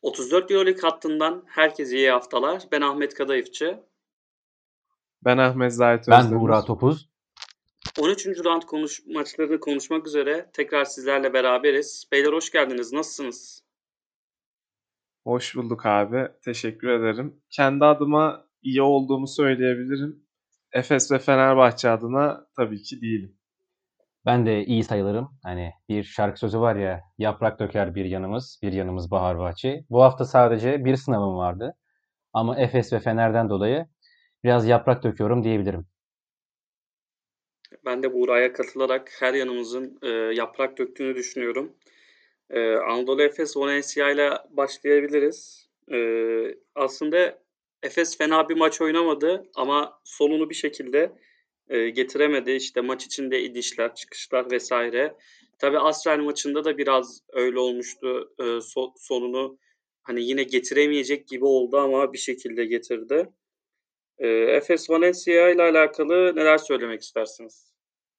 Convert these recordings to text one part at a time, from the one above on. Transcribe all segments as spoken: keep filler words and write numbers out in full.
otuz dört Euroleague hattından herkese iyi haftalar. Ben Ahmet Kadayıfçı. Ben Ahmet Zahit Ben Özdemir. Buğra Topuz. on üçüncü round konuş maçlarını konuşmak üzere tekrar sizlerle beraberiz. Beyler hoş geldiniz. Nasılsınız? Hoş bulduk abi. Teşekkür ederim. Kendi adıma iyi olduğumu söyleyebilirim. Efes ve Fenerbahçe adına tabii ki değilim. Ben de iyi sayılırım. Hani bir şarkı sözü var ya, yaprak döker bir yanımız, bir yanımız bahar bahçe. Bu hafta sadece bir sınavım vardı. Ama Efes ve Fener'den dolayı biraz yaprak döküyorum diyebilirim. Ben de Buğra'ya katılarak her yanımızın e, yaprak döktüğünü düşünüyorum. E, Anadolu Efes Valencia ile başlayabiliriz. E, aslında Efes fena bir maç oynamadı ama sonunu bir şekilde e, getiremedi. İşte maç içinde inişler, çıkışlar vesaire. Tabii Asvel maçında da biraz öyle olmuştu. E, so- sonunu hani yine getiremeyecek gibi oldu ama bir şekilde getirdi. E, Efes Valencia ile alakalı neler söylemek istersiniz?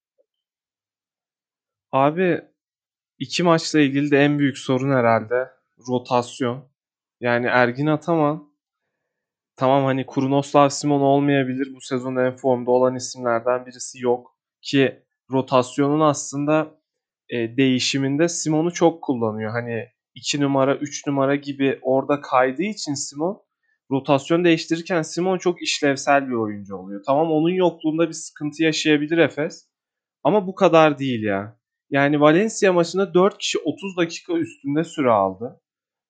Abi iki maçla ilgili de en büyük sorun herhalde rotasyon. Yani Ergin Ataman tamam hani Krunoslav Simon olmayabilir. Bu sezon en formda olan isimlerden birisi yok. Ki rotasyonun aslında e, değişiminde Simon'u çok kullanıyor. Hani iki numara, üç numara gibi orada kaydığı için Simon rotasyon değiştirirken Simon çok işlevsel bir oyuncu oluyor. Tamam onun yokluğunda bir sıkıntı yaşayabilir Efes. Ama bu kadar değil ya. Yani Valencia maçında dört kişi otuz dakika üstünde süre aldı.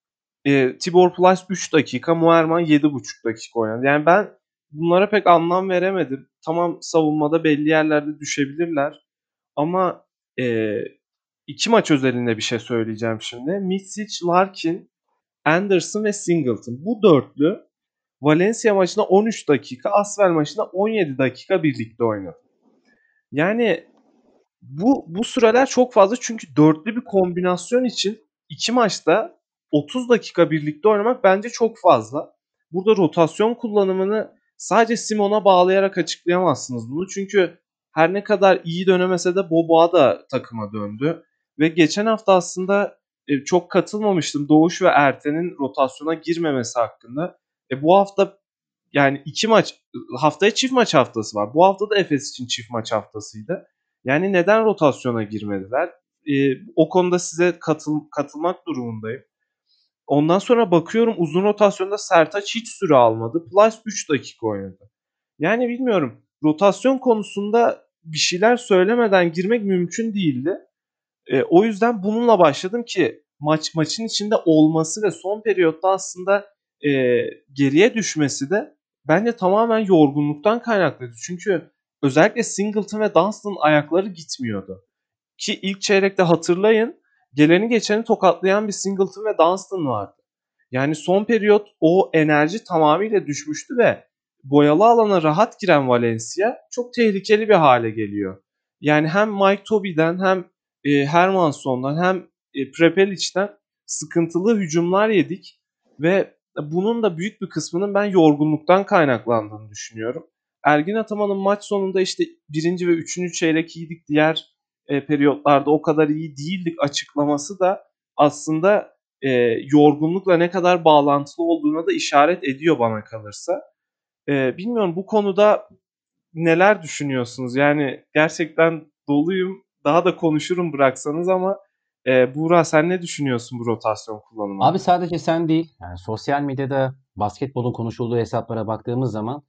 E, Tibor Plyce üç dakika, Muerman yedi buçuk dakika oynadı. Yani ben bunlara pek anlam veremedim. Tamam savunmada belli yerlerde düşebilirler. Ama e, iki maç özelinde bir şey söyleyeceğim şimdi. Micic, Larkin, Anderson ve Singleton. Bu dörtlü Valencia maçında on üç dakika, Asvel maçında on yedi dakika birlikte oynadı. Yani bu bu süreler çok fazla çünkü dörtlü bir kombinasyon için iki maçta otuz dakika birlikte oynamak bence çok fazla. Burada rotasyon kullanımını sadece Simon'a bağlayarak açıklayamazsınız bunu. Çünkü her ne kadar iyi dönemese de Boboa da takıma döndü. Ve geçen hafta aslında e, çok katılmamıştım Doğuş ve Erten'in rotasyona girmemesi hakkında. E, bu hafta yani iki maç haftaya çift maç haftası var. Bu hafta da Efes için çift maç haftasıydı. Yani neden rotasyona girmediler? Ee, o konuda size katıl, katılmak durumundayım. Ondan sonra bakıyorum uzun rotasyonda Sertaç hiç süre almadı. Plus üç dakika oynadı. Yani bilmiyorum. Rotasyon konusunda bir şeyler söylemeden girmek mümkün değildi. E, o yüzden bununla başladım ki maç maçın içinde olması ve son periyotta aslında e, geriye düşmesi de bence tamamen yorgunluktan kaynaklıydı. Çünkü özellikle Singleton ve Dunstan'ın ayakları gitmiyordu. Ki ilk çeyrekte hatırlayın geleni geçeni tokatlayan bir Singleton ve Dunstan vardı. Yani son periyot o enerji tamamıyla düşmüştü ve boyalı alana rahat giren Valencia çok tehlikeli bir hale geliyor. Yani hem Mike Tobey'den hem e, Hermansson'dan hem e, Prepelic'ten sıkıntılı hücumlar yedik ve bunun da büyük bir kısmının ben yorgunluktan kaynaklandığını düşünüyorum. Ergin Ataman'ın maç sonunda işte birinci ve üçüncü çeyrek iyiydik, diğer e, periyotlarda o kadar iyi değildik açıklaması da aslında e, yorgunlukla ne kadar bağlantılı olduğuna da işaret ediyor bana kalırsa. E, bilmiyorum bu konuda neler düşünüyorsunuz? Yani gerçekten doluyum. Daha da konuşurum bıraksanız ama e, Buğra sen ne düşünüyorsun bu rotasyon kullanımı Abi hakkında? sadece sen değil, yani sosyal medyada basketbolun konuşulduğu hesaplara baktığımız zaman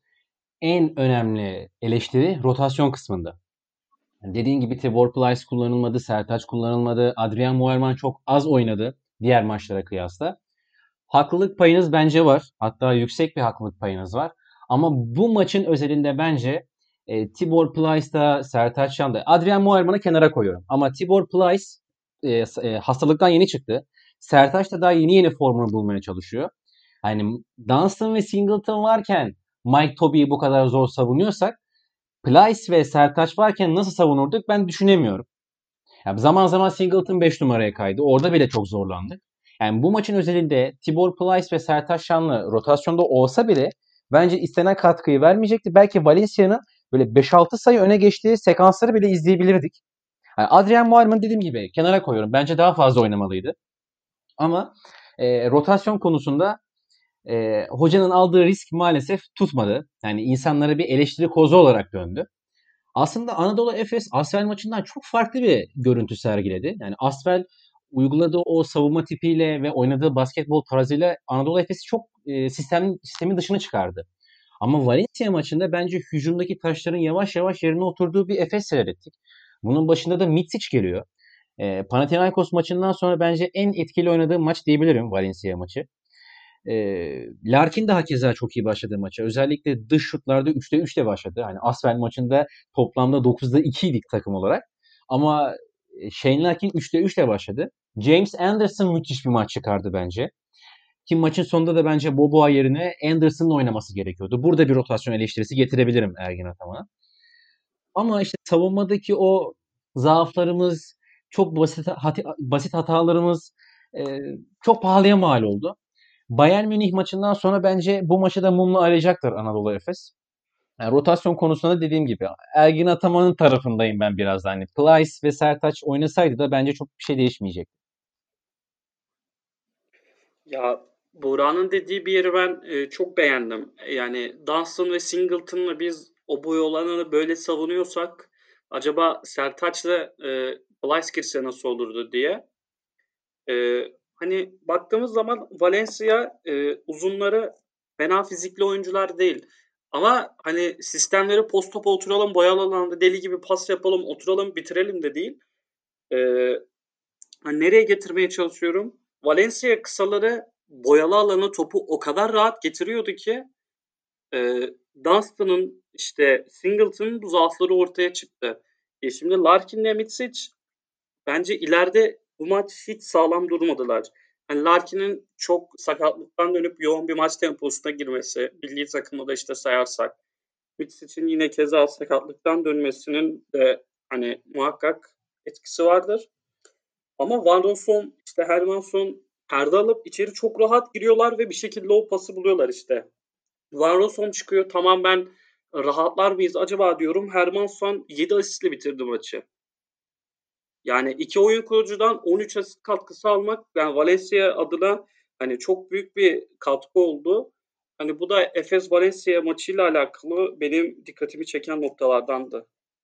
en önemli eleştiri rotasyon kısmında. Yani dediğin gibi Tibor Plyce kullanılmadı, Sertaç kullanılmadı, Adrian Muerman çok az oynadı diğer maçlara kıyasla. Haklılık payınız bence var. Hatta yüksek bir haklılık payınız var. Ama bu maçın özelinde bence e, Tibor Plyce'da, Sertaç Şan'da, Adrian Muerman'ı kenara koyuyorum. Ama Tibor Plyce e, e, hastalıktan yeni çıktı. Sertaç da daha yeni yeni formunu bulmaya çalışıyor. Hani Dunstan ve Singleton varken Mike Tobey'i bu kadar zor savunuyorsak Plyce ve Sertaç varken nasıl savunurduk ben düşünemiyorum. Yani zaman zaman Singleton beş numaraya kaydı. Orada bile çok zorlandık. Yani bu maçın özelinde Tibor Plyce ve Sertaç Şanlı rotasyonda olsa bile bence istenen katkıyı vermeyecekti. Belki Valencia'nın böyle beş altı sayı öne geçtiği sekansları bile izleyebilirdik. Yani Adrian Muallim'i dediğim gibi kenara koyuyorum. Bence daha fazla oynamalıydı. Ama E, rotasyon konusunda e, hocanın aldığı risk maalesef tutmadı. Yani insanlara bir eleştiri kozu olarak döndü. Aslında Anadolu Efes Asvel maçından çok farklı bir görüntü sergiledi. Yani Asvel uyguladığı o savunma tipiyle ve oynadığı basketbol tarzıyla Anadolu Efes'i çok e, sistem sistemin dışına çıkardı. Ama Valencia maçında bence hücumdaki taşların yavaş yavaş yerine oturduğu bir Efes seyrettik. Bunun başında da Mitsic geliyor. E, Panathinaikos maçından sonra bence en etkili oynadığı maç diyebilirim Valencia maçı. E, Larkin daha keza çok iyi başladı maça. Özellikle dış şutlarda üçte üçle başladı. Hani Asvel maçında toplamda dokuzda ikiydik takım olarak. Ama e, Shane Larkin üçte üçle başladı. James Anderson müthiş bir maç çıkardı bence. Ki maçın sonunda da bence Boboa yerine Anderson'ın oynaması gerekiyordu. Burada bir rotasyon eleştirisi getirebilirim Ergin Ataman'a. Ama işte savunmadaki o zaaflarımız, çok basit hati- basit hatalarımız e, çok pahalıya mal oldu. Bayern Münih maçından sonra bence bu maçı da mumla arayacaktır Anadolu Efes. Yani rotasyon konusunda da dediğim gibi Ergin Ataman'ın tarafındayım ben biraz da. Hani Plyce ve Sertaç oynasaydı da bence çok bir şey değişmeyecek. Ya Buğra'nın dediği bir yeri ben e, çok beğendim. Yani Dunstan ve Singleton'la biz o boy olanını böyle savunuyorsak acaba Sertaç'la e, Blyce girse nasıl olurdu diye. E, Hani baktığımız zaman Valencia e, uzunları fena fizikli oyuncular değil. Ama hani sistemleri post topa oturalım, boyalı alanda deli gibi pas yapalım, oturalım, bitirelim de değil. E, Hani nereye getirmeye çalışıyorum? Valencia kısaları boyalı alana topu o kadar rahat getiriyordu ki e, Dunstan'ın işte Singleton'ın bu zaafları ortaya çıktı. E şimdi Larkin'le Mitsic bence ileride bu maç hiç sağlam durmadılar. Hani Larkin'in çok sakatlıktan dönüp yoğun bir maç temposuna girmesi, milli takımı da işte sayarsak, Mitsic'in yine keza sakatlıktan dönmesinin de hani muhakkak etkisi vardır. Ama Van Rossum, işte Hermansson perde alıp içeri çok rahat giriyorlar ve bir şekilde o pası buluyorlar işte. Van Rossum çıkıyor, tamam ben rahatlar mıyız acaba diyorum. Hermansson yedi asistle bitirdi maçı. Yani iki oyun kurucudan on üç asist katkısı almak yani Valencia adına hani çok büyük bir katkı oldu. Hani bu da Efes Valencia maçıyla alakalı benim dikkatimi çeken noktalardandı.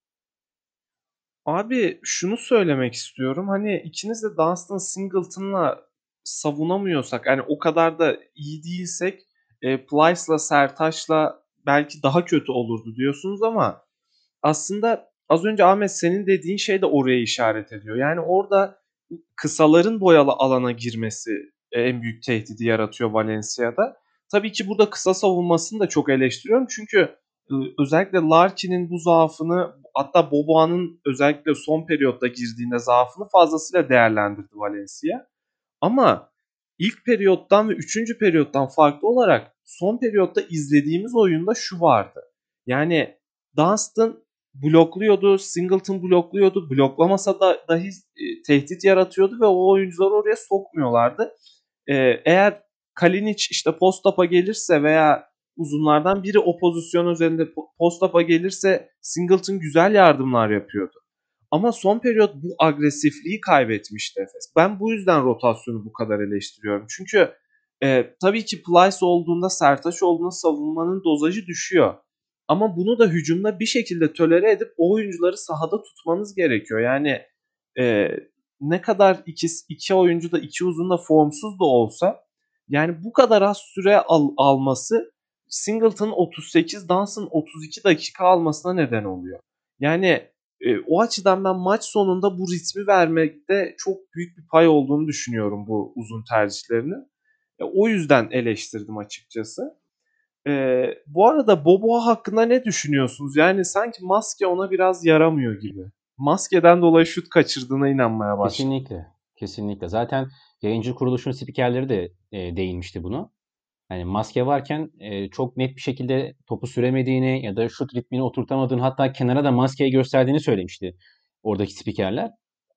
Abi şunu söylemek istiyorum. Hani ikiniz de Dunstan Singleton'la savunamıyorsak, yani o kadar da iyi değilsek e, Plyce'la Sertaç'la belki daha kötü olurdu diyorsunuz ama aslında az önce Ahmet senin dediğin şey de oraya işaret ediyor. Yani orada kısaların boyalı alana girmesi e, en büyük tehdidi yaratıyor Valencia'da. Tabii ki burada kısa savunmasını da çok eleştiriyorum. Çünkü e, özellikle Larkin'in bu zaafını, hatta Boboa'nın özellikle son periyotta girdiğinde zaafını fazlasıyla değerlendirdi Valencia. Ama ilk periyottan ve üçüncü periyottan farklı olarak son periyotta izlediğimiz oyunda şu vardı. Yani Dunstan blokluyordu, Singleton blokluyordu. Bloklamasa da dahi e, tehdit yaratıyordu ve o oyuncuları oraya sokmuyorlardı. E, eğer Kalinic işte post-up'a gelirse veya uzunlardan biri o pozisyon üzerinde post-up'a gelirse Singleton güzel yardımlar yapıyordu. Ama son periyot bu agresifliği kaybetmişti Efes. Ben bu yüzden rotasyonu bu kadar eleştiriyorum. Çünkü e, tabii ki Plyce olduğunda, Sertaç olduğunda savunmanın dozajı düşüyor. Ama bunu da hücumda bir şekilde tolere edip o oyuncuları sahada tutmanız gerekiyor. Yani e, ne kadar iki, iki oyuncu da iki uzun da formsuz da olsa yani bu kadar az süre al, alması Singleton'ın otuz sekiz, Dunstan otuz iki dakika almasına neden oluyor. Yani e, o açıdan ben maç sonunda bu ritmi vermekte çok büyük bir pay olduğunu düşünüyorum bu uzun tercihlerinin. E, o yüzden eleştirdim açıkçası. E, Bu arada Boboa hakkında ne düşünüyorsunuz? Yani sanki maske ona biraz yaramıyor gibi. Maskeden dolayı şut kaçırdığına inanmaya başladım. Kesinlikle. Kesinlikle. Zaten yayıncı kuruluşun spikerleri de e, değinmişti bunu. Yani maske varken e, çok net bir şekilde topu süremediğini ya da şut ritmini oturtamadığını, hatta kenara da maskeyi gösterdiğini söylemişti oradaki spikerler.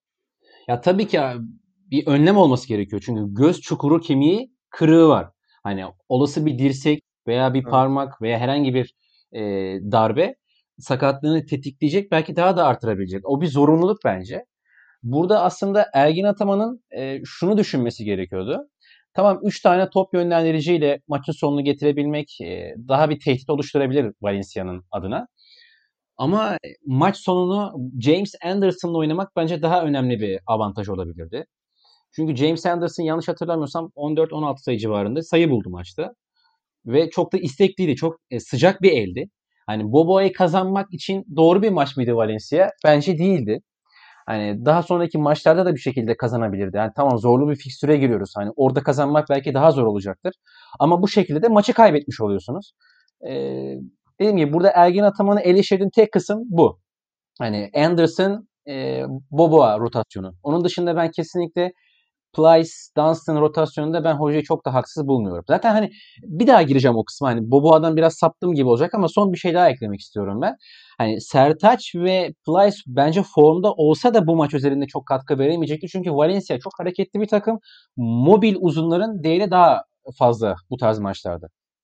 Ya tabii ki bir önlem olması gerekiyor. Çünkü göz çukuru kemiği kırığı var. Hani olası bir dirsek veya bir Evet. parmak veya herhangi bir e, darbe sakatlığını tetikleyecek, belki daha da artırabilecek. O bir zorunluluk bence. Burada aslında Ergin Ataman'ın e, şunu düşünmesi gerekiyordu. Tamam, üç tane top yönlendiriciyle maçın sonunu getirebilmek e, daha bir tehdit oluşturabilir Valencia'nın adına. Ama maç sonunu James Anderson'la oynamak bence daha önemli bir avantaj olabilirdi. Çünkü James Anderson yanlış hatırlamıyorsam on dört on altı sayı civarında sayı buldu maçta. Ve çok da istekliydi. Çok e, sıcak bir eldi. Hani Bobo'yu kazanmak için doğru bir maç mıydı Valencia? Bence değildi. Hani daha sonraki maçlarda da bir şekilde kazanabilirdi. Yani tamam, zorlu bir fikstüre giriyoruz. Hani orada kazanmak belki daha zor olacaktır. Ama bu şekilde de maçı kaybetmiş oluyorsunuz. Ee, Dediğim gibi burada Ergin Ataman'ı eleştirdiğim tek kısım bu. Hani Anderson, e, Boboa rotasyonu. Onun dışında ben kesinlikle Plyce, Dunstan rotasyonunda ben hocayı çok da haksız bulmuyorum. Zaten hani bir daha gireceğim o kısma. Hani Boboa'dan biraz saptım gibi olacak ama son bir şey daha eklemek istiyorum ben. Hani Sertaç ve Plyce bence formda olsa da bu maç üzerinde çok katkı veremeyecekti. Çünkü Valencia çok hareketli bir takım. Mobil uzunların değeri daha fazla bu tarz maçlarda.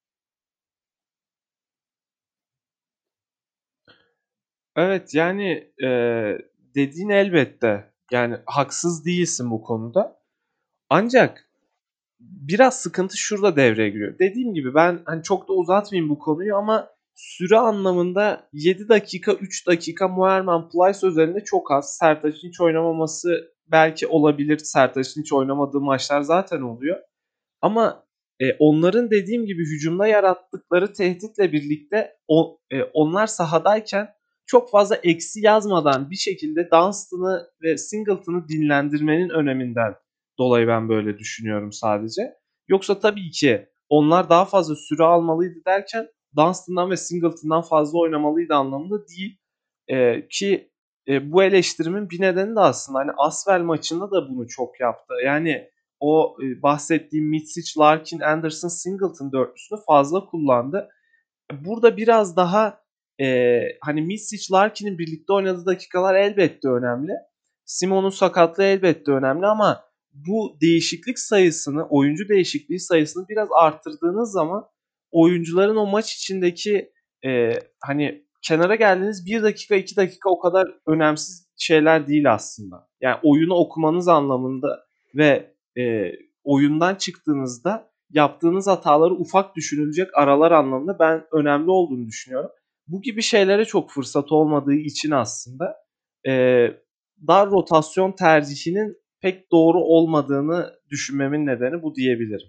Evet yani e, dediğin elbette. Yani haksız değilsin bu konuda. Ancak biraz sıkıntı şurada devreye giriyor. Dediğim gibi ben hani çok da uzatmayayım bu konuyu ama süre anlamında yedi dakika üç dakika Muharrem Plyce üzerinde çok az. Sertaç'ın hiç oynamaması belki olabilir. Sertaç'ın hiç oynamadığı maçlar zaten oluyor. Ama e, onların dediğim gibi hücumda yarattıkları tehditle birlikte o, e, onlar sahadayken çok fazla eksi yazmadan bir şekilde Dunstan'ı ve Singleton'ı dinlendirmenin öneminden dolayı ben böyle düşünüyorum sadece. Yoksa tabii ki onlar daha fazla süre almalıydı derken Dunstan'dan ve Singleton'dan fazla oynamalıydı anlamında değil. E, ki e, bu eleştirimin bir nedeni de aslında hani Asvel maçında da bunu çok yaptı. Yani o e, bahsettiğim Mitsic, Larkin, Anderson, Singleton dörtlüsünü fazla kullandı. Burada biraz daha e, hani Mitsic, Larkin'in birlikte oynadığı dakikalar elbette önemli. Simon'un sakatlığı elbette önemli ama bu değişiklik sayısını, oyuncu değişikliği sayısını biraz arttırdığınız zaman oyuncuların o maç içindeki e, hani kenara geldiğiniz bir dakika iki dakika o kadar önemsiz şeyler değil aslında. Yani oyunu okumanız anlamında ve e, oyundan çıktığınızda yaptığınız hataları ufak düşünülecek aralar anlamında ben önemli olduğunu düşünüyorum. Bu gibi şeylere çok fırsat olmadığı için aslında e, dar rotasyon tercihinin pek doğru olmadığını düşünmemin nedeni bu diyebilirim.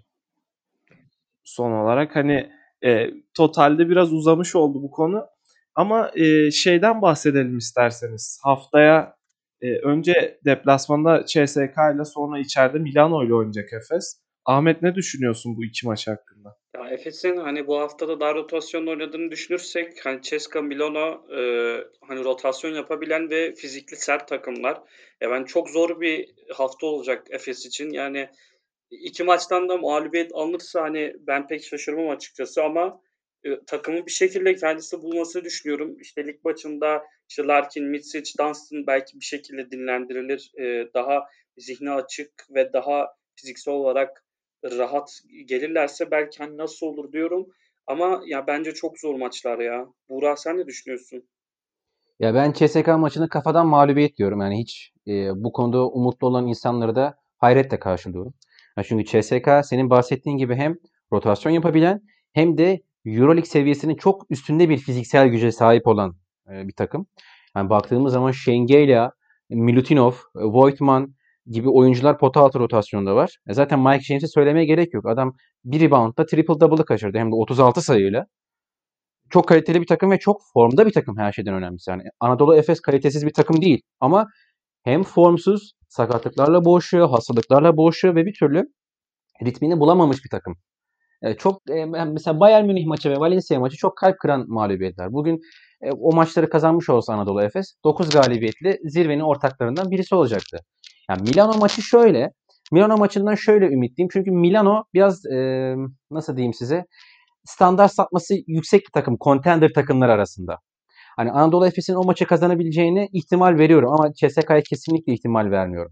Son olarak hani e, totalde biraz uzamış oldu bu konu. Ama e, şeyden bahsedelim isterseniz. Haftaya e, önce deplasmanda C S K ile sonra içeride Milano ile oynayacak Efes. Ahmet ne düşünüyorsun bu iki maç hakkında? Ya Efes'in hani bu haftada daha rotasyonla oynadığını düşünürsek hani Ceska, Milano e, hani rotasyon yapabilen ve fizikli sert takımlar. Ya ben çok zor bir hafta olacak Efes için. Yani iki maçtan da mağlubiyet alınırsa hani ben pek şaşırmam açıkçası ama e, takımın bir şekilde kendisi bulmasını düşünüyorum. İşte lig maçında işte Larkin, Mitsic, Dunstan belki bir şekilde dinlendirilir. E, daha zihni açık ve daha fiziksel olarak rahat gelirlerse belki hani nasıl olur diyorum. Ama ya bence çok zor maçlar ya. Buğra sen ne düşünüyorsun? Ya ben C S K maçını kafadan mağlubiyet diyorum. Yani hiç e, bu konuda umutlu olan insanları da hayretle karşılıyorum. Ya çünkü C S K senin bahsettiğin gibi hem rotasyon yapabilen hem de EuroLeague seviyesinin çok üstünde bir fiziksel güce sahip olan e, bir takım. Yani baktığımız zaman Şengelya, Milutinov, e, Voigtman gibi oyuncular pota altı rotasyonda var. E zaten Mike James'e söylemeye gerek yok. Adam bir reboundda triple double'ı kaçırdı. Hem de otuz altı sayıyla. Çok kaliteli bir takım ve çok formda bir takım her şeyden önemlisi. Yani Anadolu Efes kalitesiz bir takım değil. Ama hem formsuz, sakatlıklarla boğuşuyor, hastalıklarla boğuşuyor ve bir türlü ritmini bulamamış bir takım. E, çok e, mesela Bayern Münih maçı ve Valencia maçı çok kalp kıran mağlubiyetler. Bugün e, o maçları kazanmış olsa Anadolu Efes dokuz galibiyetli zirvenin ortaklarından birisi olacaktı. Yani Milano maçı şöyle. Milano maçından şöyle ümitliyim. Çünkü Milano biraz e, nasıl diyeyim size, standart sapması yüksek bir takım. Contender takımlar arasında. Hani Anadolu Efes'in o maçı kazanabileceğine ihtimal veriyorum ama C S K'ya kesinlikle ihtimal vermiyorum.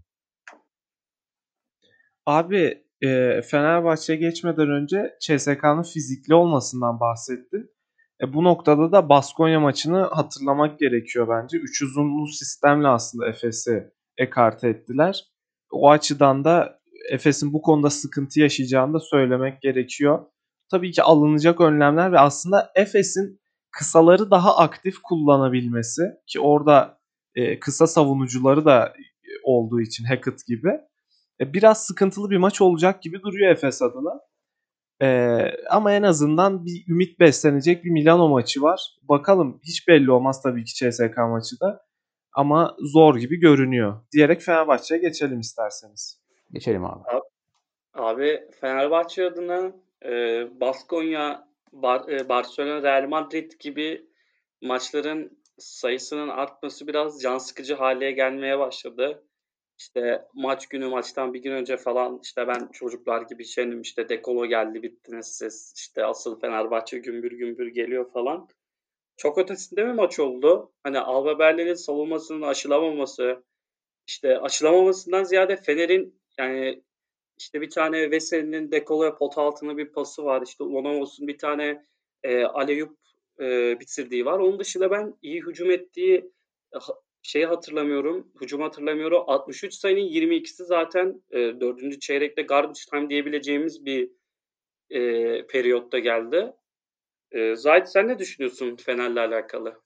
Abi e, Fenerbahçe'ye geçmeden önce C S K'nın fizikli olmasından bahsettin. E, bu noktada da Baskonya maçını hatırlamak gerekiyor bence. Üç uzunlu sistemle aslında Efes'i ekarte ettiler. O açıdan da Efes'in bu konuda sıkıntı yaşayacağını da söylemek gerekiyor. Tabii ki alınacak önlemler ve aslında Efes'in kısaları daha aktif kullanabilmesi ki orada e, kısa savunucuları da olduğu için Hackett gibi e, biraz sıkıntılı bir maç olacak gibi duruyor Efes adına. E, ama en azından bir ümit beslenecek bir Milano maçı var. Bakalım, hiç belli olmaz tabii ki C S K maçı da ama zor gibi görünüyor diyerek Fenerbahçe'ye geçelim isterseniz. Geçelim abi. Abi Fenerbahçe adına e, Baskonya, Bar, e, Barcelona, Real Madrid gibi maçların sayısının artması biraz can sıkıcı hale gelmeye başladı. İşte maç günü, maçtan bir gün önce falan işte ben çocuklar gibi şeyim, işte dekolo geldi, bittiniz siz, işte asıl Fenerbahçe gümbür gümbür geliyor falan. Çok ötesinde bir maç oldu. Hani Alba Berlin'in savunmasının aşılamaması, işte aşılamamasından ziyade Fener'in, yani işte bir tane Veseli'nin dekoloya pot altına bir pası var. İşte Ulanovos'un bir tane e, alley-oop e, bitirdiği var. Onun dışında ben iyi hücum ettiği ha, şeyi hatırlamıyorum. Hücum hatırlamıyorum. altmış üç sayının yirmi ikisi zaten e, dördüncü çeyrekte garbage time diyebileceğimiz bir e, periyotta geldi. E, Zahit, sen ne düşünüyorsun Fener'le alakalı?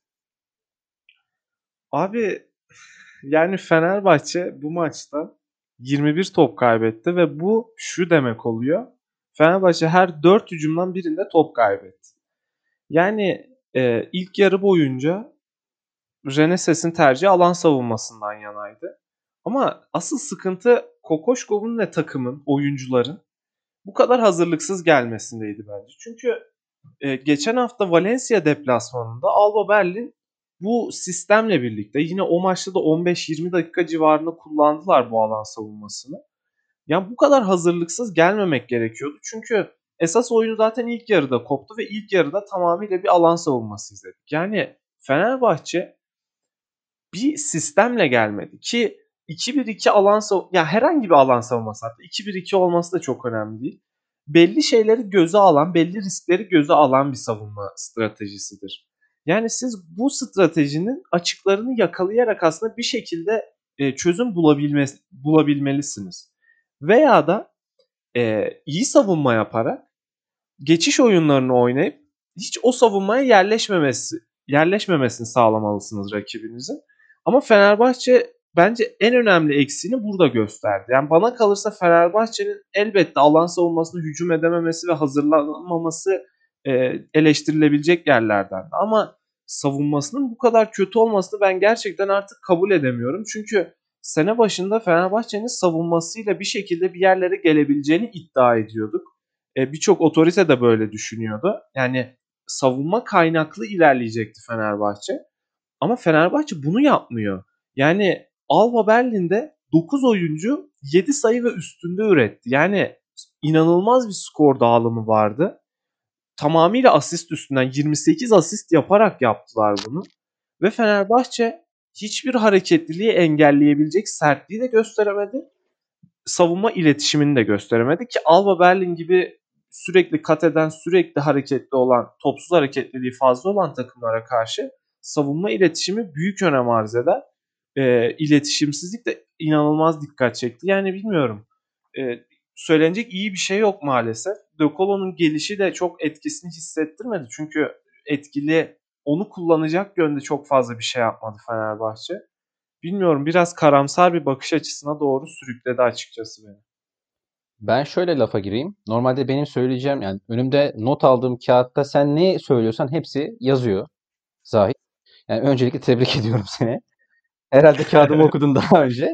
Abi yani Fenerbahçe bu maçta yirmi bir top kaybetti ve bu şu demek oluyor: Fenerbahçe her dört hücumdan birinde top kaybetti. Yani e, ilk yarı boyunca Reneses'in tercihi alan savunmasından yanaydı. Ama asıl sıkıntı Kokoşkov'un ve takımın, oyuncuların bu kadar hazırlıksız gelmesindeydi bence. Çünkü e, geçen hafta Valencia deplasmanında Alba Berlin bu sistemle birlikte yine o maçta da on beş yirmi dakika civarında kullandılar bu alan savunmasını. Yani bu kadar hazırlıksız gelmemek gerekiyordu. Çünkü esas oyunu zaten ilk yarıda koptu ve ilk yarıda tamamıyla bir alan savunması izledik. Yani Fenerbahçe bir sistemle gelmedi ki iki bir iki alan savunması, ya herhangi bir alan savunması, hatta iki bir iki olması da çok önemli değil. Belli şeyleri göze alan, belli riskleri göze alan bir savunma stratejisidir. Yani siz bu stratejinin açıklarını yakalayarak aslında bir şekilde e, çözüm bulabilme, bulabilmelisiniz. Veya da e, iyi savunma yaparak geçiş oyunlarını oynayıp hiç o savunmaya yerleşmemesi yerleşmemesini sağlamalısınız rakibinizin. Ama Fenerbahçe bence en önemli eksiğini burada gösterdi. Yani bana kalırsa Fenerbahçe'nin elbette alan savunmasına hücum edememesi ve hazırlanmaması e, eleştirilebilecek yerlerden. Ama savunmasının bu kadar kötü olmasını ben gerçekten artık kabul edemiyorum. Çünkü sene başında Fenerbahçe'nin savunmasıyla bir şekilde bir yerlere gelebileceğini iddia ediyorduk. E, birçok otorite de böyle düşünüyordu. Yani savunma kaynaklı ilerleyecekti Fenerbahçe. Ama Fenerbahçe bunu yapmıyor. Yani Alba Berlin'de dokuz oyuncu yedi sayı ve üstünde üretti. Yani inanılmaz bir skor dağılımı vardı. Tamamıyla asist üstünden yirmi sekiz asist yaparak yaptılar bunu. Ve Fenerbahçe hiçbir hareketliliği engelleyebilecek sertliği de gösteremedi, savunma iletişimini de gösteremedi ki Alba Berlin gibi sürekli kat eden, sürekli hareketli olan, topsuz hareketliliği fazla olan takımlara karşı savunma iletişimi büyük önem arz eder. E, iletişimsizlik de inanılmaz dikkat çekti. Yani bilmiyorum. E, söylenecek iyi bir şey yok maalesef. De Colo'nun gelişi de çok etkisini hissettirmedi. Çünkü etkili, onu kullanacak yönde çok fazla bir şey yapmadı Fenerbahçe. Bilmiyorum, biraz karamsar bir bakış açısına doğru sürükledi açıkçası beni. Ben şöyle lafa gireyim. Normalde benim söyleyeceğim, yani önümde not aldığım kağıtta sen ne söylüyorsan hepsi yazıyor. Zahit. Yani öncelikle tebrik ediyorum seni. Herhalde kağıdımı okudun daha önce.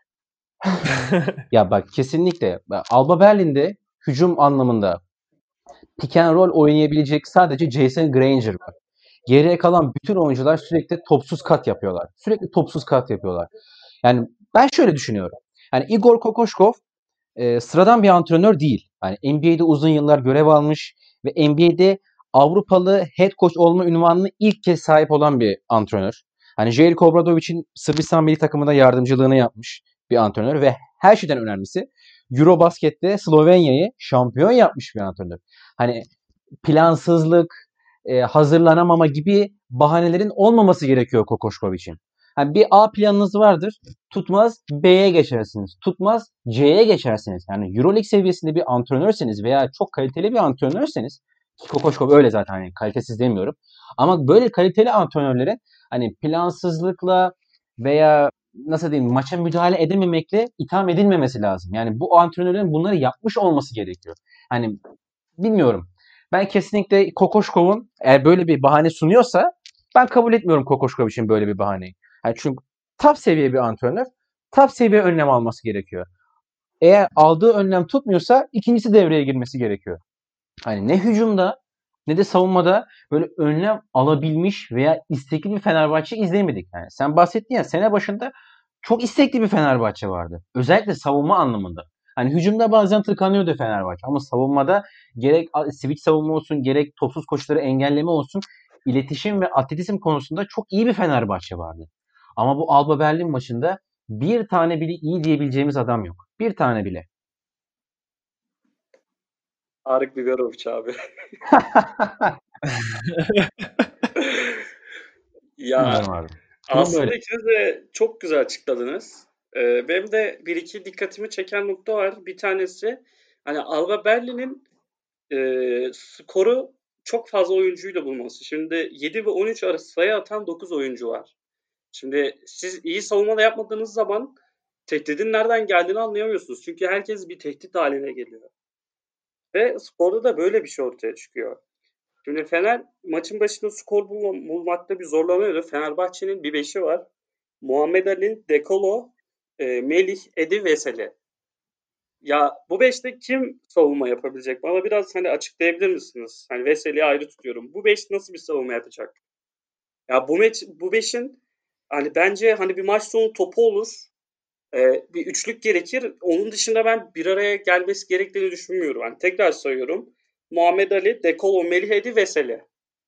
Ya bak, kesinlikle. Alba Berlin'de hücum anlamında pick and roll oynayabilecek sadece Jason Granger var. Geriye kalan bütün oyuncular sürekli topsuz kat yapıyorlar. Sürekli topsuz kat yapıyorlar. Yani ben şöyle düşünüyorum. Yani Igor Kokoşkov e, sıradan bir antrenör değil. Yani N B A'de uzun yıllar görev almış ve N B A'de Avrupalı head coach olma unvanına ilk kez sahip olan bir antrenör. Hani Željko Obradovic'in Sırbistan milli takımında yardımcılığını yapmış bir antrenör ve her şeyden önemlisi Eurobasket'te Slovenya'yı şampiyon yapmış bir antrenör. Hani plansızlık, e, hazırlanamama gibi bahanelerin olmaması gerekiyor Kokoşkov için. Yani bir A planınız vardır. Tutmaz B'ye geçersiniz. Tutmaz C'ye geçersiniz. Yani EuroLeague seviyesinde bir antrenörseniz veya çok kaliteli bir antrenörseniz, Kokoşkov öyle zaten, hani kalitesiz demiyorum. Ama böyle kaliteli antrenörlerin hani plansızlıkla veya nasıl diyeyim, maça müdahale edememekle itham edilmemesi lazım. Yani bu antrenörlerin bunları yapmış olması gerekiyor. Hani bilmiyorum. Ben kesinlikle Kokoşkov'un, eğer böyle bir bahane sunuyorsa, ben kabul etmiyorum Kokoşkov için böyle bir bahaneyi. Yani çünkü top seviye bir antrenör, top seviye önlem alması gerekiyor. Eğer aldığı önlem tutmuyorsa ikincisi devreye girmesi gerekiyor. Hani ne hücumda ne de savunmada böyle önlem alabilmiş veya istekli bir Fenerbahçe izlemedik. Yani sen bahsettin ya, sene başında çok istekli bir Fenerbahçe vardı. Özellikle savunma anlamında. Hani hücumda bazen tıkanıyordu Fenerbahçe ama savunmada gerek switch savunma olsun, gerek topsuz koşuları engelleme olsun, iletişim ve atletizm konusunda çok iyi bir Fenerbahçe vardı. Ama bu Alba Berlin maçında bir tane bile iyi diyebileceğimiz adam yok. Bir tane bile. Tarık Biberovic abi. Ya Bilmiyorum abi. Durum böyle. aslında ikiniz de çok güzel açıkladınız. Ee, benim de bir iki dikkatimi çeken nokta var. Bir tanesi hani Alba Berlin'in e, skoru çok fazla oyuncuyla bulması. Şimdi yedi ve on üç arası sayı atan dokuz oyuncu var. Şimdi siz iyi savunma da yapmadığınız zaman tehditin nereden geldiğini anlayamıyorsunuz. Çünkü herkes bir tehdit haline geliyor. Ve sporda da böyle bir şey ortaya çıkıyor. Şimdi Fener maçın başında skor bulma, bulmakta bir zorlanıyordu. Fenerbahçe'nin bir beşi var. Muhammed Ali, Dekolo, e, Melih, Edi, Veseli. Ya bu beşte kim savunma yapabilecek? Bana biraz hani açıklayabilir misiniz? Hani Veseli'yi ayrı tutuyorum. Bu beş nasıl bir savunma yapacak? Ya bu meç, bu beşin hani bence hani bir maç sonu topu olur. E, bir üçlük gerekir. Onun dışında ben bir araya gelmesi gerektiğini düşünmüyorum. Hani tekrar sayıyorum. Muhammed Ali, Dekolo, Melih, Edi, Veseli.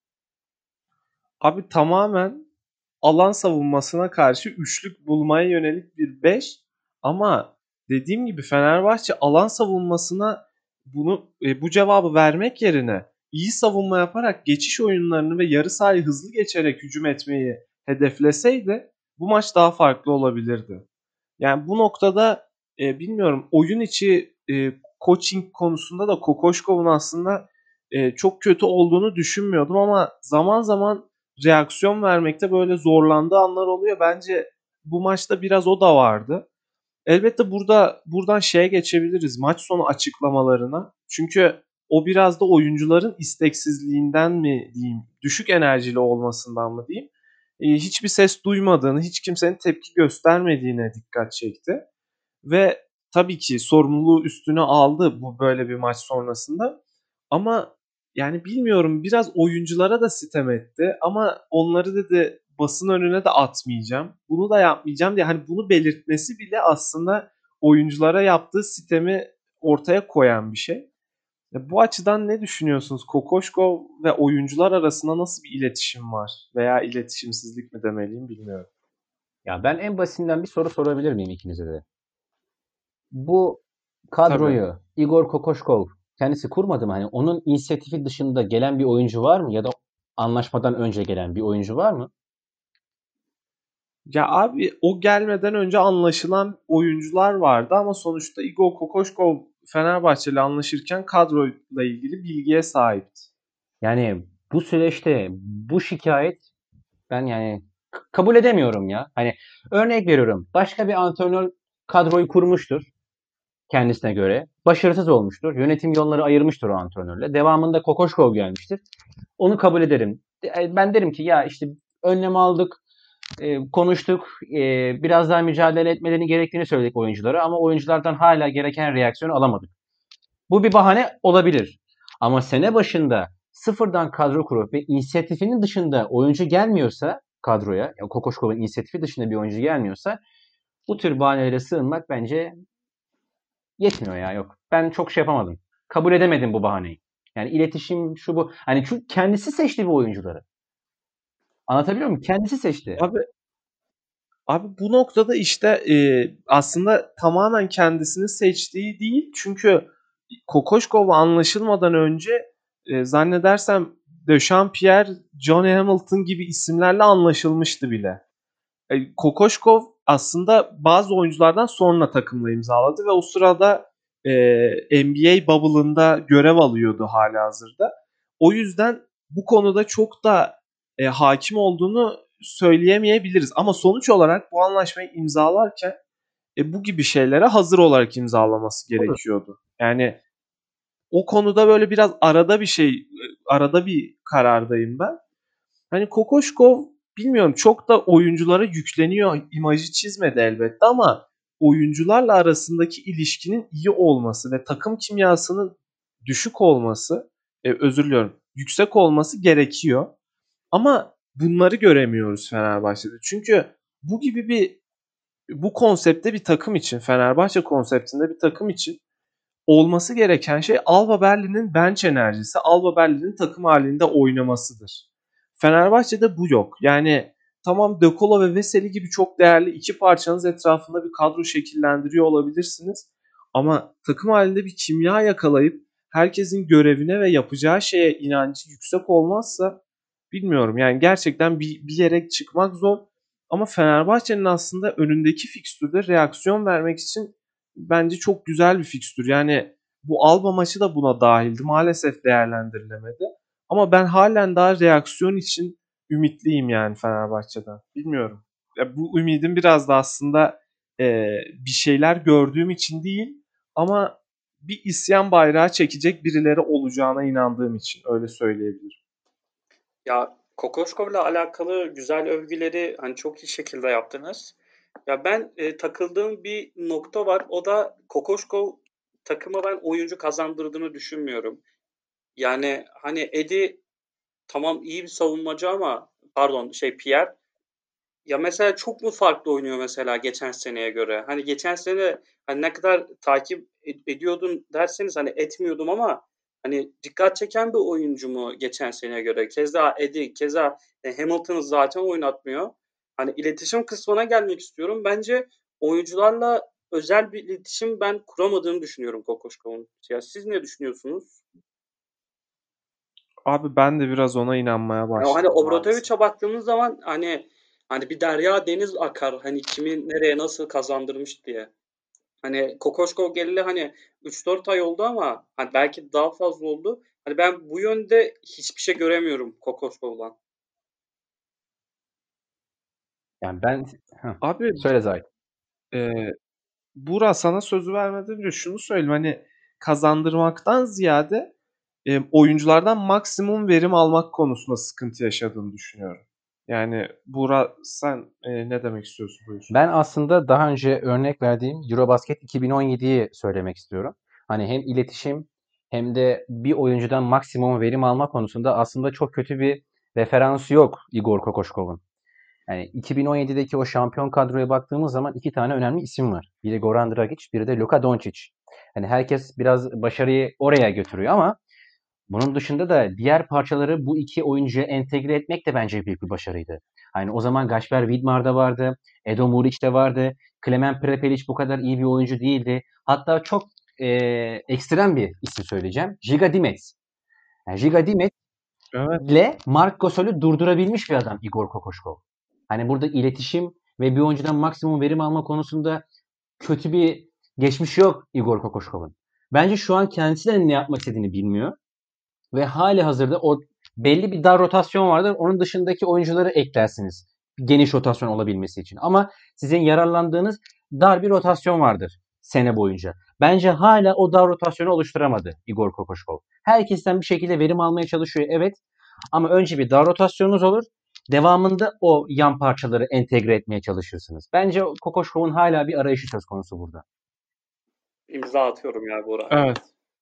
Abi tamamen alan savunmasına karşı üçlük bulmaya yönelik bir beş, ama dediğim gibi Fenerbahçe alan savunmasına bunu e, bu cevabı vermek yerine iyi savunma yaparak geçiş oyunlarını ve yarı sahayı hızlı geçerek hücum etmeyi hedefleseydi bu maç daha farklı olabilirdi. Yani bu noktada e, bilmiyorum, oyun içi e, coaching konusunda da Kokoşkov'un aslında e, çok kötü olduğunu düşünmüyordum, ama zaman zaman reaksiyon vermekte böyle zorlandığı anlar oluyor. Bence bu maçta biraz o da vardı. Elbette burada buradan şeye geçebiliriz, maç sonu açıklamalarına. Çünkü o biraz da oyuncuların isteksizliğinden mi diyeyim, düşük enerjili olmasından mı diyeyim, e, hiçbir ses duymadığını, hiç kimsenin tepki göstermediğine dikkat çekti. Ve tabii ki sorumluluğu üstüne aldı bu böyle bir maç sonrasında. Ama yani bilmiyorum, biraz oyunculara da sitem etti, ama onları dedi basın önüne de atmayacağım, bunu da yapmayacağım diye, hani bunu belirtmesi bile aslında oyunculara yaptığı sitemi ortaya koyan bir şey. Ya bu açıdan ne düşünüyorsunuz? Kokoşkov ve oyuncular arasında nasıl bir iletişim var? Veya iletişimsizlik mi demeliyim, bilmiyorum. Ya ben en basitinden bir soru sorabilir miyim ikinize de? Bu Tabii. kadroyu Igor Kokoşkov kendisi kurmadı mı? Hani onun inisiyatifi dışında gelen bir oyuncu var mı? Ya da anlaşmadan önce gelen bir oyuncu var mı? Ya abi, o gelmeden önce anlaşılan oyuncular vardı, ama sonuçta Igor Kokoşkov Fenerbahçe ile anlaşırken kadroyla ilgili bilgiye sahipti. Yani bu süreçte bu şikayet, ben yani k- kabul edemiyorum ya. Hani örnek veriyorum. Başka bir antrenör kadroyu kurmuştur kendisine göre. Başarısız olmuştur. Yönetim yolları ayırmıştır o antrenörle. Devamında Kokoşkov gelmiştir. Onu kabul ederim. De- Ben derim ki ya işte önlem aldık, e, konuştuk, e, biraz daha mücadele etmeleri gerektiğini söyledik oyunculara ama oyunculardan hala gereken reaksiyonu alamadık. Bu bir bahane olabilir. Ama sene başında sıfırdan kadro kurup ve inisiyatifinin dışında oyuncu gelmiyorsa kadroya, yani Kokoşkov'un inisiyatifi dışında bir oyuncu gelmiyorsa, bu tür bahanelere sığınmak bence yetmiyor ya, yok. Ben çok şey yapamadım. Kabul edemedim bu bahaneyi. Yani iletişim şu bu. Hani çünkü kendisi seçti bu oyuncuları. Anlatabiliyor muyum? Kendisi seçti. Abi Abi bu noktada işte e, aslında tamamen kendisini seçtiği değil. Çünkü Kokoşkov'la anlaşılmadan önce e, zannedersem Dechampierre, Johnny Hamilton gibi isimlerle anlaşılmıştı bile. e, Kokoşkov aslında bazı oyunculardan sonra takımla imzaladı ve o sırada e, N B A bubble'ında görev alıyordu halihazırda. O yüzden bu konuda çok da e, hakim olduğunu söyleyemeyebiliriz. Ama sonuç olarak bu anlaşmayı imzalarken e, bu gibi şeylere hazır olarak imzalaması gerekiyordu. Yani o konuda böyle biraz arada bir şey, arada bir karardayım ben. Hani Kokoşkov bilmiyorum çok da oyunculara yükleniyor imajı çizmedi elbette ama oyuncularla arasındaki ilişkinin iyi olması ve takım kimyasının düşük olması, e, özür diliyorum, yüksek olması gerekiyor. Ama bunları göremiyoruz Fenerbahçe'de. Çünkü bu gibi bir bu konseptte bir takım için, Fenerbahçe konseptinde bir takım için olması gereken şey Alba Berlin'in bench enerjisi, Alba Berlin'in takım halinde oynamasıdır. Fenerbahçe'de bu yok. Yani tamam De Colo ve Veseli gibi çok değerli iki parçanız etrafında bir kadro şekillendiriyor olabilirsiniz. Ama takım halinde bir kimya yakalayıp herkesin görevine ve yapacağı şeye inancı yüksek olmazsa bilmiyorum. Yani gerçekten bir, bir yere çıkmak zor. Ama Fenerbahçe'nin aslında önündeki fikstürde reaksiyon vermek için bence çok güzel bir fikstür. Yani bu Alba maçı da buna dahildi. Maalesef değerlendirilemedi. Ama ben halen daha reaksiyon için ümitliyim yani Fenerbahçe'den. Bilmiyorum. Ya bu ümidim biraz da aslında e, bir şeyler gördüğüm için değil ama bir isyan bayrağı çekecek birileri olacağına inandığım için öyle söyleyebilirim. Ya Kokoşkov'la alakalı güzel övgüleri hani çok iyi şekilde yaptınız. Ya ben e, takıldığım bir nokta var. O da Kokoşkov takıma ben oyuncu kazandırdığını düşünmüyorum. Yani hani Edi tamam iyi bir savunmacı ama pardon şey Pierre ya mesela çok mu farklı oynuyor mesela geçen seneye göre? Hani geçen sene hani ne kadar takip ed- ediyordun derseniz hani etmiyordum ama hani dikkat çeken bir oyuncu mu geçen seneye göre? Keza Eddie, keza e, Hamilton'ı zaten oynatmıyor. Hani iletişim kısmına gelmek istiyorum. Bence oyuncularla özel bir iletişim ben kuramadığını düşünüyorum Kokoşkov'un. Ya siz ne düşünüyorsunuz? Abi ben de biraz ona inanmaya Yani o hani başladım maalesef. Obradoviç'e baktığımız zaman hani hani bir derya deniz akar hani kimin nereye nasıl kazandırmış diye. Hani Kokoşkov geleli hani üç dört ay oldu ama hani belki daha fazla oldu. Hani ben bu yönde hiçbir şey göremiyorum Kokoşkov'dan. Yani ben Heh, Abi söyle Zahit. e, Buğra sana sözü vermeden önce şunu söyleyeyim. Hani kazandırmaktan ziyade e, oyunculardan maksimum verim almak konusunda sıkıntı yaşadığını düşünüyorum. Yani Buğra sen e, ne demek istiyorsun bu yüzden? Ben aslında daha önce örnek verdiğim Eurobasket iki bin on yediyi söylemek istiyorum. Hani hem iletişim hem de bir oyuncudan maksimum verim alma konusunda aslında çok kötü bir referansı yok Igor Kokoşkov'un. Yani iki bin on yedideki o şampiyon kadroya baktığımız zaman iki tane önemli isim var. Biri Goran Dragic, biri de Luka Doncic. Yani herkes biraz başarıyı oraya götürüyor ama bunun dışında da diğer parçaları bu iki oyuncuya entegre etmek de bence büyük bir başarıydı. Hani o zaman Gasper Vidmar da vardı, Edo Muric de vardı, Klemen Prepelic bu kadar iyi bir oyuncu değildi. Hatta çok e, ekstrem bir isim söyleyeceğim. Giga Dimec. Yani Giga Dimec Evet. ile Marc Gasol'ü durdurabilmiş bir adam Igor Kokoşkov. Hani burada iletişim ve bir oyuncudan maksimum verim alma konusunda kötü bir geçmiş yok Igor Kokoşkov'un. Bence şu an kendisi de ne yapmak istediğini bilmiyor. Ve hali hazırda o belli bir dar rotasyon vardır. Onun dışındaki oyuncuları eklersiniz. Geniş rotasyon olabilmesi için. Ama sizin yararlandığınız dar bir rotasyon vardır sene boyunca. Bence hala o dar rotasyonu oluşturamadı Igor Kokoşkov. Herkesten bir şekilde verim almaya çalışıyor evet. Ama önce bir dar rotasyonunuz olur. Devamında o yan parçaları entegre etmeye çalışırsınız. Bence Kokoşkov'un hala bir arayışı söz konusu burada. İmza atıyorum ya Bora. Evet.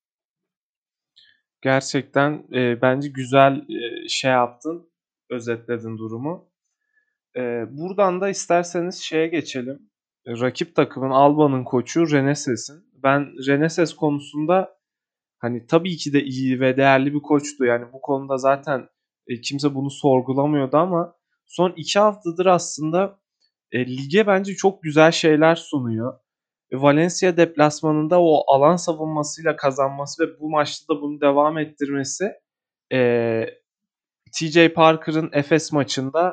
Gerçekten e, bence güzel e, şey yaptın. Özetledin durumu. E, buradan da isterseniz şeye geçelim. E, rakip takımın Alba'nın koçu Reneses'in. Ben Reneses konusunda hani tabii ki de iyi ve değerli bir koçtu. Yani bu konuda zaten e, kimse bunu sorgulamıyordu ama son iki haftadır aslında e, lige bence çok güzel şeyler sunuyor. E, Valencia deplasmanında o alan savunmasıyla kazanması ve bu maçta da bunu devam ettirmesi e, T J Parker'ın Efes maçında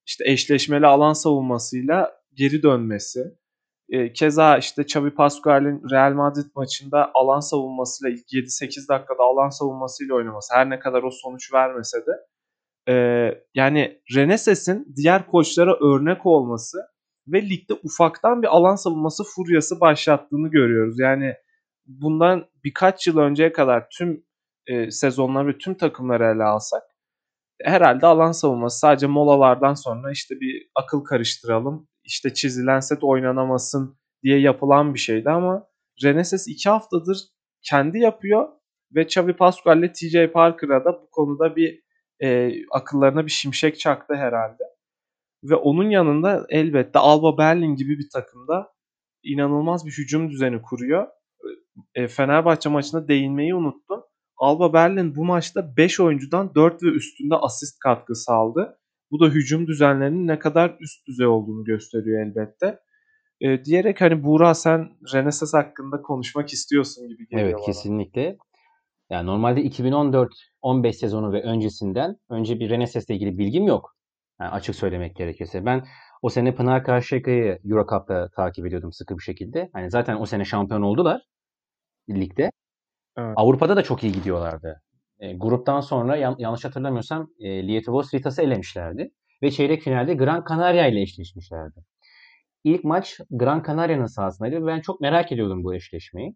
işte eşleşmeli alan savunmasıyla geri dönmesi. E, keza işte Xavi Pascual'in Real Madrid maçında alan savunmasıyla ilk yedi sekiz dakikada alan savunmasıyla oynaması her ne kadar o sonuç vermese de e, yani Reneses'in diğer koçlara örnek olması ve ligde ufaktan bir alan savunması furyası başlattığını görüyoruz. Yani bundan birkaç yıl önceye kadar tüm e, sezonlar ve tüm takımları ele alsak herhalde alan savunması sadece molalardan sonra işte bir akıl karıştıralım, işte çizilen set oynanamasın diye yapılan bir şeydi ama Reneses iki haftadır kendi yapıyor ve Xavi Pascual ile T J Parker'a da bu konuda bir e, akıllarına bir şimşek çaktı herhalde. Ve onun yanında elbette Alba Berlin gibi bir takımda inanılmaz bir hücum düzeni kuruyor. E, Fenerbahçe maçına değinmeyi unuttum. Alba Berlin bu maçta beş oyuncudan dört ve üstünde asist katkısı aldı. Bu da hücum düzenlerinin ne kadar üst düzey olduğunu gösteriyor elbette. E, diyerek hani Buğra sen Reneses hakkında konuşmak istiyorsun gibi geliyor Evet, bana. kesinlikle. Yani normalde iki bin on dört on beş sezonu ve öncesinden önce bir Reneses'le ilgili bilgim yok. Yani açık söylemek gerekirse. Ben o sene Pınar Karşıyaka'yı Euro Cup'ta takip ediyordum sıkı bir şekilde. Hani zaten o sene şampiyon oldular ligde. Evet. Avrupa'da da çok iyi gidiyorlardı. E, gruptan sonra yan- yanlış hatırlamıyorsam e, Lietuvos Ritas'ı elemişlerdi. Ve çeyrek finalde Gran Canaria ile eşleşmişlerdi. İlk maç Gran Canaria'nın sahasındaydı ve ben çok merak ediyordum bu eşleşmeyi.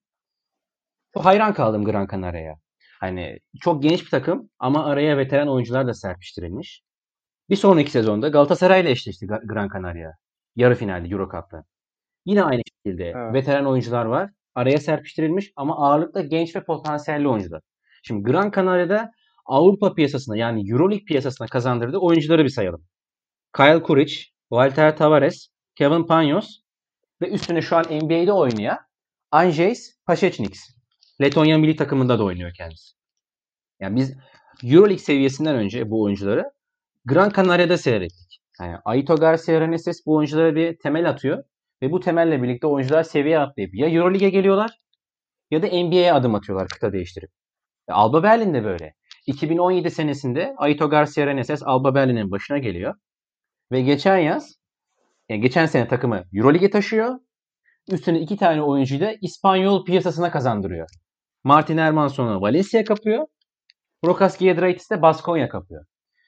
Çok hayran kaldım Gran Canaria'ya. Hani çok geniş bir takım ama araya veteran oyuncular da serpiştirilmiş. Bir sonraki sezonda Galatasaray ile eşleşti Gran Canaria. Yarı finalde Euro Cup'ta. Yine aynı şekilde Evet. veteran oyuncular var. Araya serpiştirilmiş ama ağırlıkla genç ve potansiyelli oyuncular. Şimdi Gran Canaria'da Avrupa piyasasına yani Euroleague piyasasına kazandırdığı oyuncuları bir sayalım. Kyle Kuric, Walter Tavares, Kevin Panyos ve üstüne şu an N B A'de oynayan Andrzejs Pasechniks. Letonya milli takımında da oynuyor kendisi. Yani biz Euroleague seviyesinden önce bu oyuncuları Gran Canaria'da seyrettik. Yani Aito Garcia Reneses bu oyunculara bir temel atıyor ve bu temelle birlikte oyuncular seviye atlayıp ya Euroleague'e geliyorlar ya da N B A'ye adım atıyorlar kıta değiştirip. E, Alba Berlin de böyle. iki bin on yedi senesinde Aito Garcia Reneses Alba Berlin'in başına geliyor ve geçen yaz yani geçen sene takımı Euroleague'e taşıyor. Üstüne iki tane oyuncuyu da İspanyol piyasasına kazandırıyor. Martin Hermanson'u Valencia kapıyor. Rokas Giedraitis de Baskonya kapıyor.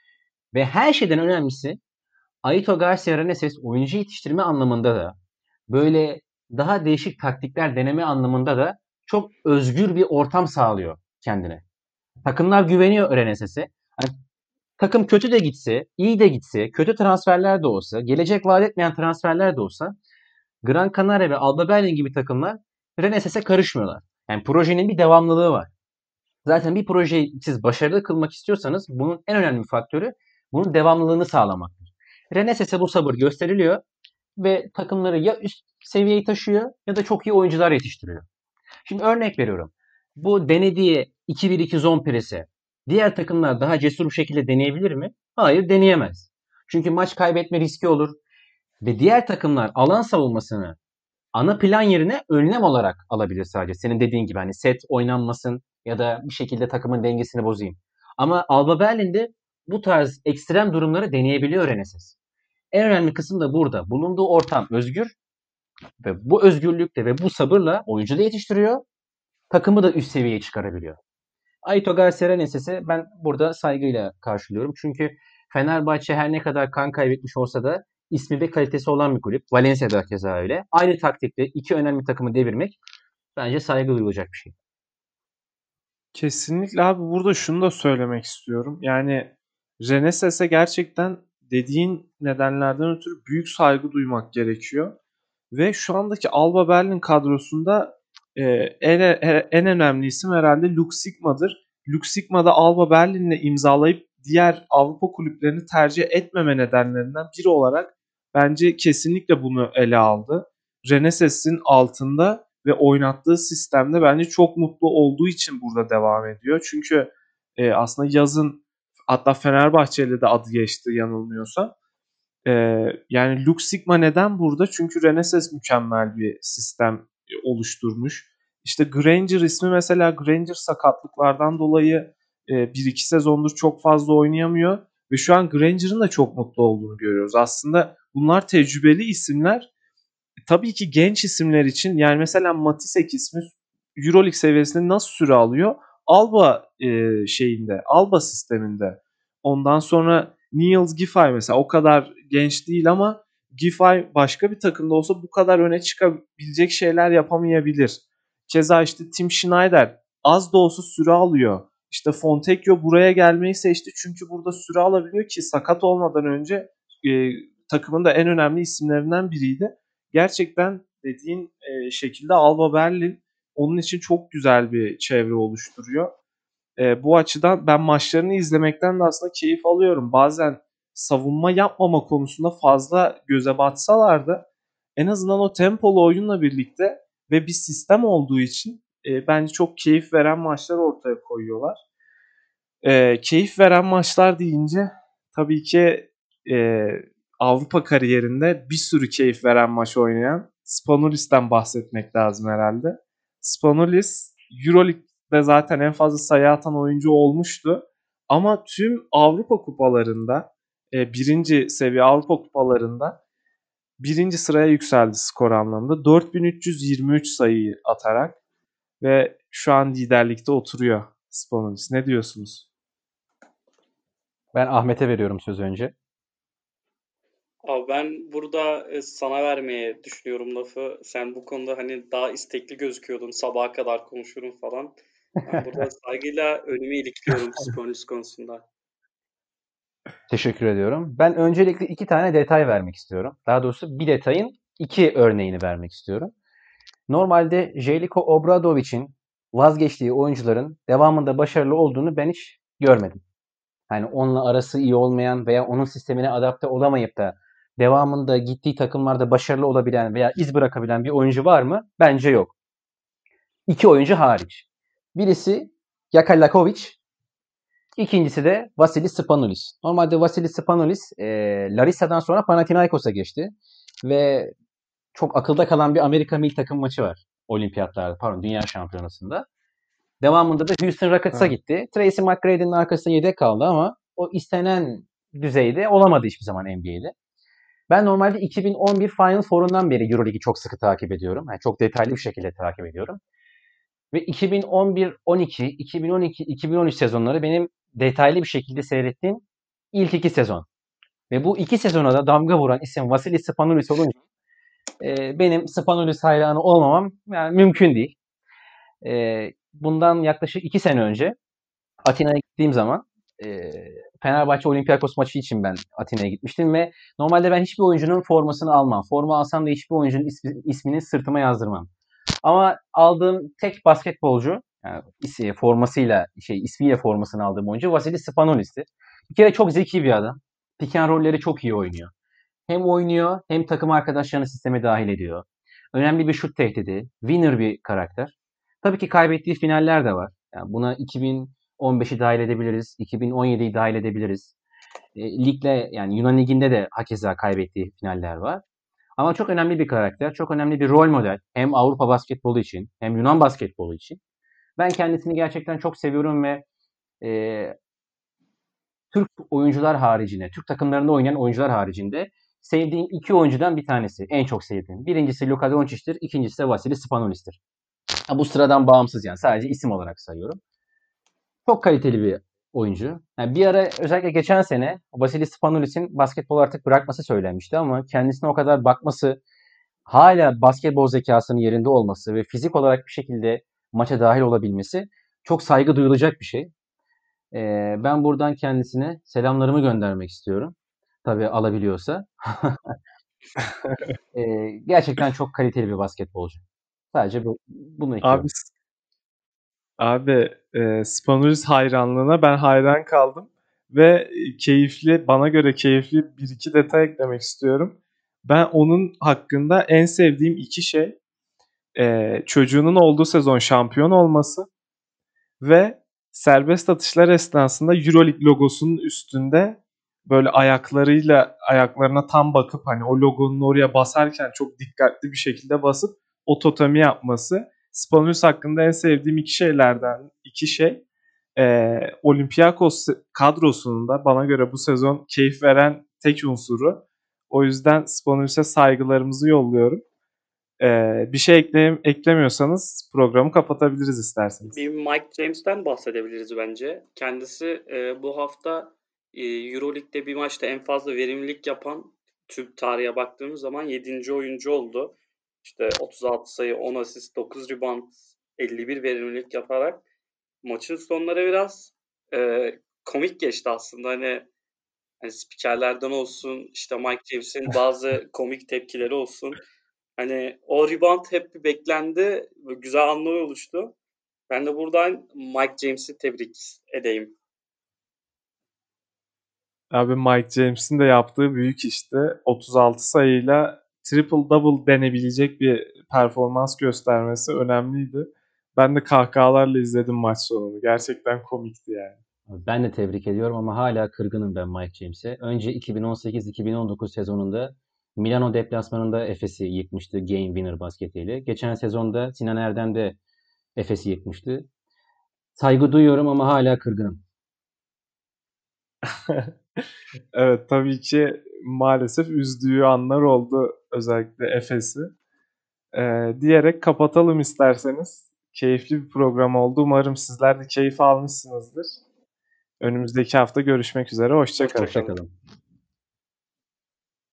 Ve her şeyden önemlisi Aito Garcia Reneses oyuncu yetiştirme anlamında da böyle daha değişik taktikler deneme anlamında da çok özgür bir ortam sağlıyor kendine. Takımlar güveniyor Reneses'e. Hani takım kötü de gitse, iyi de gitse, kötü transferler de olsa, gelecek vaat etmeyen transferler de olsa Gran Canaria ve Alba Berlin gibi takımlar Reneses'e karışmıyorlar. Yani projenin bir devamlılığı var. Zaten bir projeyi siz başarılı kılmak istiyorsanız bunun en önemli faktörü bunun devamlılığını sağlamaktır. Reneses'e bu sabır gösteriliyor ve takımları ya üst seviyeyi taşıyor ya da çok iyi oyuncular yetiştiriyor. Şimdi örnek veriyorum. Bu denediği iki bir iki zone presi diğer takımlar daha cesur bir şekilde deneyebilir mi? Hayır, deneyemez. Çünkü maç kaybetme riski olur ve diğer takımlar alan savunmasını ana plan yerine önlem olarak alabilir sadece. Senin dediğin gibi hani set oynanmasın ya da bir şekilde takımın dengesini bozayım. Ama Alba Berlin'de bu tarz ekstrem durumları deneyebiliyor Reneses. En önemli kısım da burada. Bulunduğu ortam özgür ve bu özgürlükle ve bu sabırla oyuncu da yetiştiriyor. Takımı da üst seviyeye çıkarabiliyor. Aito Garcia Reneses'i ben burada saygıyla karşılıyorum. Çünkü Fenerbahçe her ne kadar kan kaybetmiş olsa da ismi ve kalitesi olan bir kulüp. Valencia'da keza öyle. Aynı taktikle iki önemli takımı devirmek bence saygı duyulacak bir şey. Kesinlikle abi burada şunu da söylemek istiyorum. Yani Reneses'e gerçekten dediğin nedenlerden ötürü büyük saygı duymak gerekiyor. Ve şu andaki Alba Berlin kadrosunda e, en, en önemli isim herhalde Lux Sigma'dır. Lux Sigma'da Alba Berlin'le imzalayıp diğer Avrupa kulüplerini tercih etmeme nedenlerinden biri olarak bence kesinlikle bunu ele aldı. Reneses'in altında ve oynattığı sistemde bence çok mutlu olduğu için burada devam ediyor. Çünkü e, aslında yazın hatta Fenerbahçe'yle de adı geçti yanılmıyorsam. Ee, yani Lux Sigma neden burada? Çünkü Reneses mükemmel bir sistem oluşturmuş. İşte Granger ismi mesela Granger sakatlıklardan dolayı e, bir iki sezondur çok fazla oynayamıyor. Ve şu an Granger'ın da çok mutlu olduğunu görüyoruz. Aslında bunlar tecrübeli isimler. Tabii ki genç isimler için yani mesela Matisek ismi Euroleague seviyesinde nasıl süre alıyor? Alba e, şeyinde, Alba sisteminde. Ondan sonra Niels Giffey mesela o kadar genç değil ama Giffey başka bir takımda olsa bu kadar öne çıkabilecek şeyler yapamayabilir. Keza işte Tim Schneider az da olsa süre alıyor. İşte Fontecchio buraya gelmeyi seçti çünkü burada süre alabiliyor ki sakat olmadan önce e, takımın da en önemli isimlerinden biriydi. Gerçekten dediğin e, şekilde Alba Berlin onun için çok güzel bir çevre oluşturuyor. E, bu açıdan ben maçlarını izlemekten de aslında keyif alıyorum. Bazen savunma yapmama konusunda fazla göze batsalar da en azından o tempolu oyunla birlikte ve bir sistem olduğu için e, bence çok keyif veren maçlar ortaya koyuyorlar. E, keyif veren maçlar deyince tabii ki e, Avrupa kariyerinde bir sürü keyif veren maç oynayan Spanulis'ten bahsetmek lazım herhalde. Spanulis Euroleague'de zaten en fazla sayı atan oyuncu olmuştu. Ama tüm Avrupa kupalarında e, birinci seviye Avrupa kupalarında birinci sıraya yükseldi skor anlamında. dört bin üç yüz yirmi üç sayıyı atarak ve şu an liderlikte oturuyor Spanulis. Ne diyorsunuz? Ben Ahmet'e veriyorum sözü önce. Abi ben burada e, sana vermeye düşünüyorum lafı. Sen bu konuda hani daha istekli gözüküyordun. Sabaha kadar konuşurum falan. Ben burada saygıyla önümü ilikliyorum Sponis konusunda. Teşekkür ediyorum. Ben öncelikle iki tane detay vermek istiyorum. Daha doğrusu bir detayın iki örneğini vermek istiyorum. Normalde Željko Obradovic'in vazgeçtiği oyuncuların devamında başarılı olduğunu ben hiç görmedim. Yani onunla arası iyi olmayan veya onun sistemine adapte olamayıp da devamında gittiği takımlarda başarılı olabilen veya iz bırakabilen bir oyuncu var mı? Bence yok. İki oyuncu hariç. Birisi Jaka Lakovic, ikincisi de Vasilis Spanoulis. Normalde Vasilis Spanoulis e, Larissa'dan sonra Panathinaikos'a geçti ve çok akılda kalan bir Amerika milli takım maçı var. Olimpiyatlarda, pardon, Dünya Şampiyonası'nda. Devamında da Houston Rockets'a gitti. Tracy McGrady'nin arkasında yedek kaldı ama o istenen düzeyde olamadı hiçbir zaman N B A'de. Ben normalde iki bin on bir Final Four'undan beri Euroleague'i çok sıkı takip ediyorum. Yani çok detaylı bir şekilde takip ediyorum. Ve iki bin on bir on iki, iki bin on iki iki bin on üç sezonları benim detaylı bir şekilde seyrettiğim ilk iki sezon. Ve bu iki sezona da damga vuran isim Vasilis Spanoulis olunca e, benim Spanoulis hayranı olmamam yani mümkün değil. E, bundan yaklaşık iki sene önce Atina'ya gittiğim zaman e, Fenerbahçe Olympiakos maçı için ben Atina'ya gitmiştim ve normalde ben hiçbir oyuncunun formasını almam. Forma alsam da hiçbir oyuncunun ismi, ismini sırtıma yazdırmam. Ama aldığım tek basketbolcu, yani is- formasıyla, şey ismiyle formasını aldığım oyuncu Vasilis Spanoulis'ti. Bir kere çok zeki bir adam. Pick and roll'leri çok iyi oynuyor. Hem oynuyor hem takım arkadaşlarını sisteme dahil ediyor. Önemli bir şut tehdidi. Winner bir karakter. Tabii ki kaybettiği finaller de var. Yani buna iki bin on beşi dahil edebiliriz. iki bin on yediyi dahil edebiliriz. E, ligle yani Yunan Ligi'nde de hakeza kaybettiği finaller var. Ama çok önemli bir karakter. Çok önemli bir rol model. Hem Avrupa basketbolu için hem Yunan basketbolu için. Ben kendisini gerçekten çok seviyorum ve e, Türk oyuncular haricinde, Türk takımlarında oynayan oyuncular haricinde sevdiğim iki oyuncudan bir tanesi. En çok sevdiğim. Birincisi Luka Doncic'tir, ikincisi de Vasilis Spanoulis'tir. Ha, bu sıradan bağımsız yani. Sadece isim olarak sayıyorum. Çok kaliteli bir oyuncu. Yani bir ara özellikle geçen sene Vasilis Spanoulis'in basketbol artık bırakması söylenmişti ama kendisine o kadar bakması, hala basketbol zekasının yerinde olması ve fizik olarak bir şekilde maça dahil olabilmesi çok saygı duyulacak bir şey. Ee, ben buradan kendisine selamlarımı göndermek istiyorum. Tabii alabiliyorsa. Ee, gerçekten çok kaliteli bir basketbolcu. Sadece bu, bunu Abi ekliyorum. abi e, Spanulis hayranlığına ben hayran kaldım ve keyifli, bana göre keyifli bir iki detay eklemek istiyorum. Ben onun hakkında en sevdiğim iki şey e, çocuğunun olduğu sezon şampiyon olması ve serbest atışlar esnasında Euroleague logosunun üstünde böyle ayaklarıyla ayaklarına tam bakıp hani o logonun oraya basarken çok dikkatli bir şekilde basıp o totemi yapması. Spanulis hakkında en sevdiğim iki şeylerden iki şey. Ee, Olympiakos kadrosunun da bana göre bu sezon keyif veren tek unsuru. O yüzden Spanulis'e saygılarımızı yolluyorum. Ee, bir şey ekleyem eklemiyorsanız programı kapatabiliriz isterseniz. Bir Mike James'ten bahsedebiliriz bence. Kendisi e, bu hafta e, Euroleague'de bir maçta en fazla verimlilik yapan, tüm tarihe baktığımız zaman yedinci oyuncu oldu. İşte otuz altı sayı, on asist, dokuz rebound, elli bir verimlilik yaparak maçın sonları biraz e, komik geçti aslında. Hani, hani spikerlerden olsun, işte Mike James'in bazı komik tepkileri olsun. Hani o rebound hep bir beklendi ve güzel anlar oluştu. Ben de buradan Mike James'i tebrik edeyim. Abi Mike James'in de yaptığı büyük işti. otuz altı sayıyla triple double denebilecek bir performans göstermesi önemliydi. Ben de kahkahalarla izledim maç sonunu. Gerçekten komikti yani. Ben de tebrik ediyorum ama hala kırgınım ben Mike James'e. Önce iki bin on sekiz iki bin on dokuz sezonunda Milano deplasmanında Efes'i yıkmıştı game winner basketiyle. Geçen sezonda Sinan Erdem de Efes'i yıkmıştı. Saygı duyuyorum ama hala kırgınım. Evet, tabii ki maalesef üzdüğü anlar oldu, özellikle Efes'i. Ee, diyerek kapatalım isterseniz. Keyifli bir program oldu. Umarım sizler de keyif almışsınızdır. Önümüzdeki hafta görüşmek üzere. Hoşça kalın. Hoşça kalın.